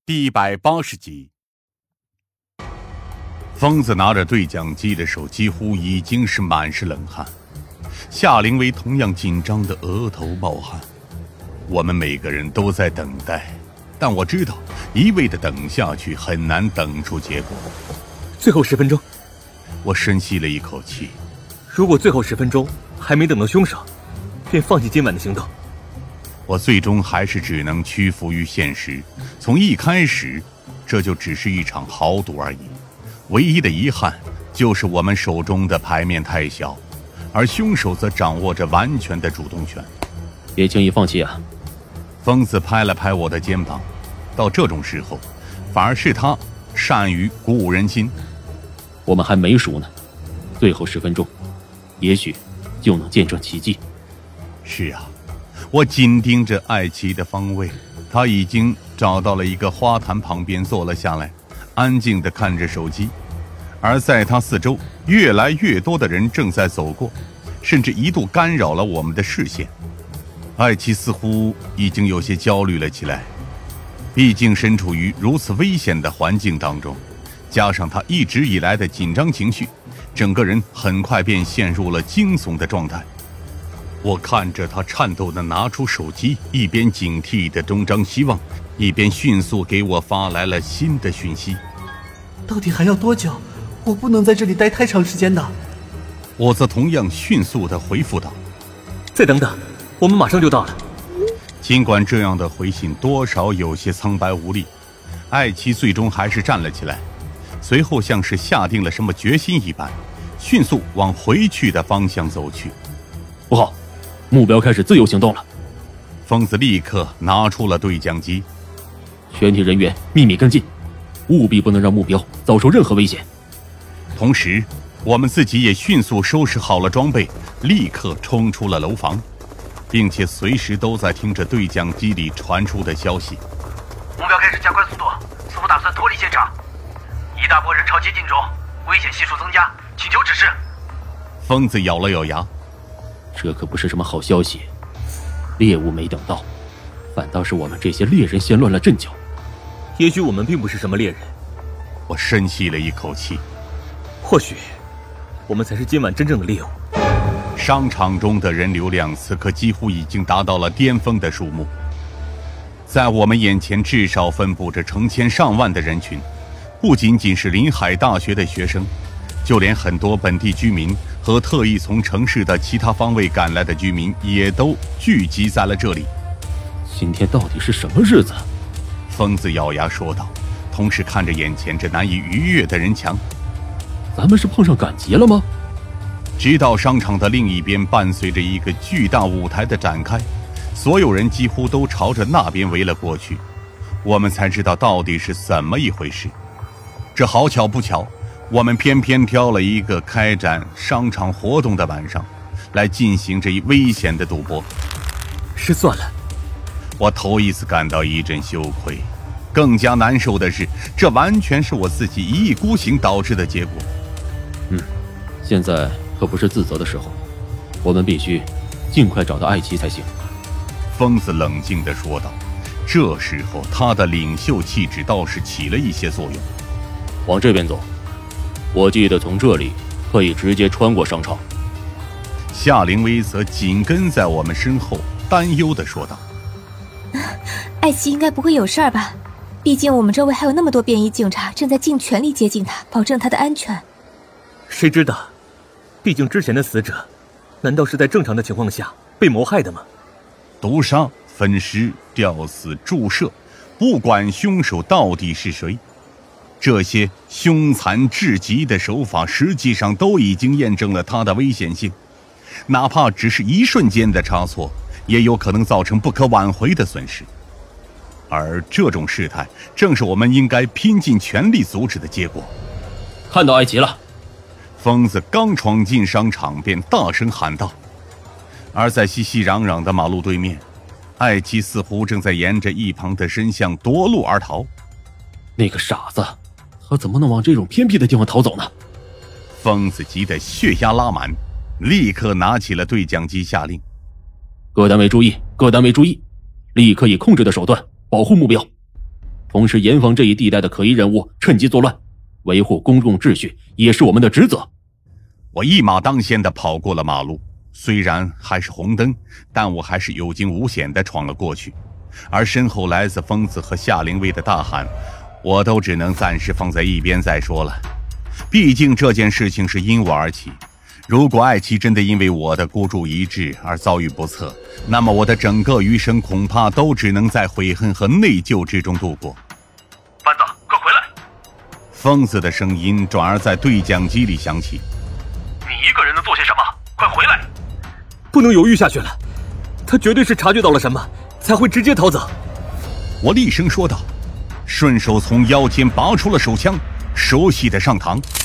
第180集。疯子拿着对讲机的手几乎已经是满是冷汗，夏灵薇同样紧张的额头冒汗。我们每个人都在等待，但我知道一味的等下去很难等出结果。 最后10分钟。 我深吸了一口气。 如果最后10分钟还没等到凶手，便放弃今晚的行动。 我最终还是只能屈服于现实。从一开始，这就只是一场豪赌而已。唯一的遗憾就是我们手中的牌面太小，而凶手则掌握着完全的主动权。 别轻易放弃啊！ 疯子拍了拍我的肩膀，到这种时候，反而是他善于鼓舞人心。 我们还没输呢，最后10分钟，也许就能见证奇迹。 是啊。我紧盯着艾奇的方位，他已经找到了一个花坛旁边坐了下来，安静地看着手机。而在他四周，越来越多的人正在走过，甚至一度干扰了我们的视线。艾奇似乎已经有些焦虑了起来，毕竟身处于如此危险的环境当中，加上他一直以来的紧张情绪，整个人很快便陷入了惊悚的状态。我看着他颤抖地拿出手机，一边警惕地东张西望，一边迅速给我发来了新的讯息。 到底还要多久？我不能在这里待太长时间的。 我则同样迅速地回复道： 再等等，我们马上就到了。 尽管这样的回信多少有些苍白无力，艾奇最终还是站了起来，随后像是下定了什么决心一般，迅速往回去的方向走去。 不好，目标开始自由行动了。 疯子立刻拿出了对讲机， 全体人员秘密跟进，务必不能让目标遭受任何危险。 同时我们自己也迅速收拾好了装备，立刻冲出了楼房，并且随时都在听着对讲机里传出的消息。 目标开始加快速度，似乎打算脱离现场，一大波人潮接近中，危险系数增加，请求指示。 疯子咬了咬牙， 这可不是什么好消息，猎物没等到，反倒是我们这些猎人先乱了阵脚。 也许我们并不是什么猎人。 我深吸了一口气， 或许我们才是今晚真正的猎物。 商场中的人流量此刻几乎已经达到了巅峰的数目，在我们眼前至少分布着成千上万的人群，不仅仅是临海大学的学生，就连很多本地居民和特意从城市的其他方位赶来的居民也都聚集在了这里。 今天到底是什么日子？ 疯子咬牙说道，同时看着眼前这难以逾越的人墙。 咱们是碰上赶集了吗？ 直到商场的另一边伴随着一个巨大舞台的展开，所有人几乎都朝着那边围了过去，我们才知道到底是怎么一回事。这好巧不巧，我们偏偏挑了一个开展商场活动的晚上来进行这一危险的赌博。 失算了。 我头一次感到一阵羞愧，更加难受的是，这完全是我自己一意孤行导致的结果。 现在可不是自责的时候，我们必须尽快找到艾奇才行。 疯子冷静地说道，这时候他的领袖气质倒是起了一些作用。 往这边走，我记得从这里可以直接穿过商场。 夏灵薇则紧跟在我们身后，担忧地说道： 艾奇应该不会有事儿吧？毕竟我们周围还有那么多便衣警察正在尽全力接近他，保证他的安全。 谁知道，毕竟之前的死者难道是在正常的情况下被谋害的吗？ 毒杀、分尸、吊死、注射，不管凶手到底是谁，这些凶残至极的手法实际上都已经验证了它的危险性，哪怕只是一瞬间的差错，也有可能造成不可挽回的损失。而这种事态正是我们应该拼尽全力阻止的结果。 看到艾奇了！ 疯子刚闯进商场便大声喊道。而在熙熙攘攘的马路对面，艾奇似乎正在沿着一旁的深巷夺路而逃。 那个傻子，他怎么能往这种偏僻的地方逃走呢？ 疯子急得血压拉满，立刻拿起了对讲机下令： 各单位注意，各单位注意，立刻以控制的手段保护目标。 同时严防这一地带的可疑人物趁机作乱，维护公共秩序也是我们的职责。 我一马当先地跑过了马路，虽然还是红灯，但我还是有惊无险地闯了过去。而身后来自疯子和夏灵薇的大喊，我都只能暂时放在一边再说了。毕竟这件事情是因我而起，如果艾奇真的因为我的孤注一掷而遭遇不测，那么我的整个余生恐怕都只能在悔恨和内疚之中度过。 班子，快回来！ 疯子的声音转而在对讲机里响起。 你一个人能做些什么？快回来！ 不能犹豫下去了，他绝对是察觉到了什么，才会直接逃走。 我厉声说道，顺手从腰间拔出了手枪，熟悉的上膛。